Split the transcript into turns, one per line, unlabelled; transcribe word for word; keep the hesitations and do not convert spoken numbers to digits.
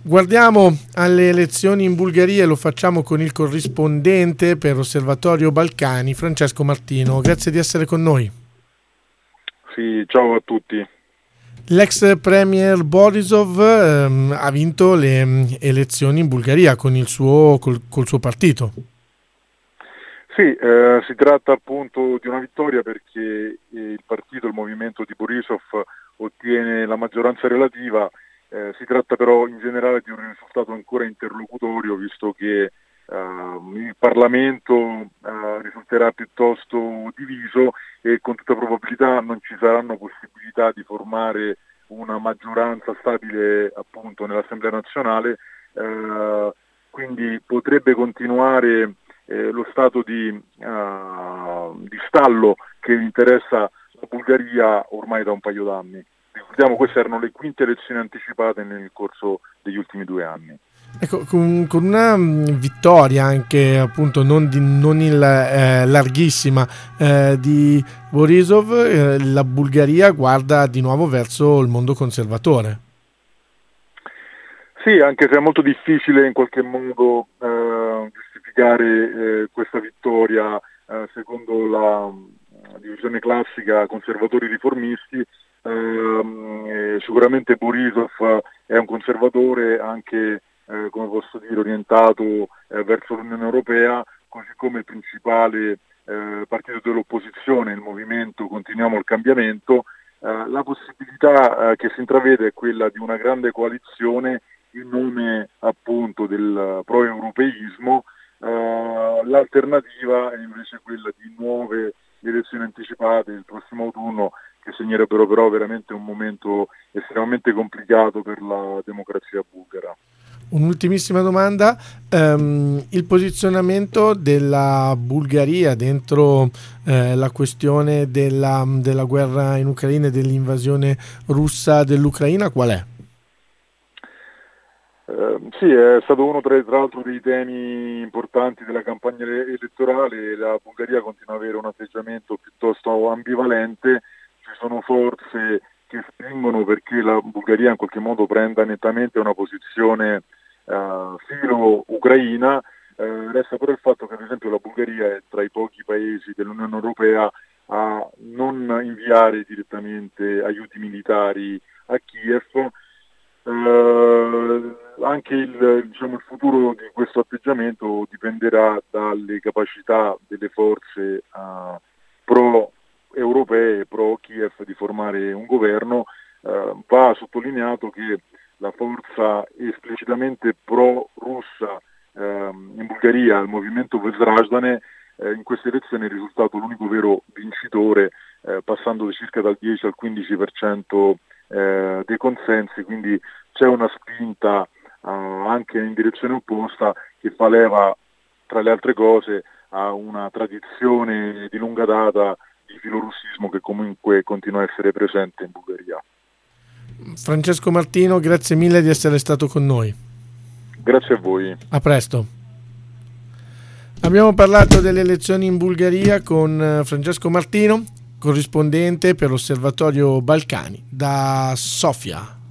Guardiamo alle elezioni in Bulgaria e lo facciamo con il corrispondente per Osservatorio Balcani, Francesco Martino. Grazie di essere con noi.
Sì, ciao a tutti.
L'ex premier Borisov ehm, ha vinto le mh, elezioni in Bulgaria con il suo, col, col suo partito.
Sì, eh, si tratta appunto di una vittoria perché il partito, il movimento di Borisov ottiene la maggioranza relativa. Eh, si tratta però in generale di un risultato ancora interlocutorio, visto che uh, il Parlamento uh, risulterà piuttosto diviso e con tutta probabilità non ci saranno possibilità di formare una maggioranza stabile appunto nell'Assemblea nazionale, uh, quindi potrebbe continuare eh, lo stato di, uh, di stallo che interessa la Bulgaria ormai da un paio d'anni. Ricordiamo, queste erano le quinte elezioni anticipate nel corso degli ultimi due anni.
Ecco, con, con una mh, vittoria anche appunto non, di, non il, eh, larghissima eh, di Borisov, eh, la Bulgaria guarda di nuovo verso il mondo conservatore.
Sì, anche se è molto difficile in qualche modo eh, giustificare eh, questa vittoria eh, secondo la uh, divisione classica conservatori-riformisti. Uh, sicuramente Borisov è un conservatore anche, eh, come posso dire, orientato eh, verso l'Unione Europea, così come il principale eh, partito dell'opposizione, il movimento Continuiamo il Cambiamento. Uh, la possibilità uh, che si intravede è quella di una grande coalizione in nome appunto del pro-europeismo. Uh, l'alternativa è invece quella di nuove elezioni anticipate il prossimo autunno, che segnerebbero però veramente un momento estremamente complicato per la democrazia bulgara.
Un'ultimissima domanda, um, il posizionamento della Bulgaria dentro eh, la questione della, della guerra in Ucraina e dell'invasione russa dell'Ucraina qual è?
Uh, sì, è stato uno tra, tra l'altro dei temi importanti della campagna elettorale. La Bulgaria continua ad avere un atteggiamento piuttosto ambivalente. Ci sono forze che spingono perché la Bulgaria in qualche modo prenda nettamente una posizione uh, filo-ucraina. Uh, resta però il fatto che ad esempio la Bulgaria è tra i pochi paesi dell'Unione Europea a non inviare direttamente aiuti militari a Kiev. Uh, anche il, diciamo, il futuro di questo atteggiamento dipenderà dalle capacità delle forze uh, pro-europee, pro-Kiev di formare un governo. Uh, va sottolineato che la forza esplicitamente pro-russa uh, in Bulgaria, il movimento Vezrazdane, uh, in queste elezioni è risultato l'unico vero vincitore, uh, passando circa dal dieci al quindici per cento Eh, dei consensi, quindi c'è una spinta eh, anche in direzione opposta che fa leva, tra le altre cose, a una tradizione di lunga data di filorussismo che comunque continua a essere presente in Bulgaria.
Francesco Martino, grazie mille di essere stato con noi.
Grazie a voi.
A presto. Abbiamo parlato delle elezioni in Bulgaria con Francesco Martino, corrispondente per Osservatorio Balcani da Sofia.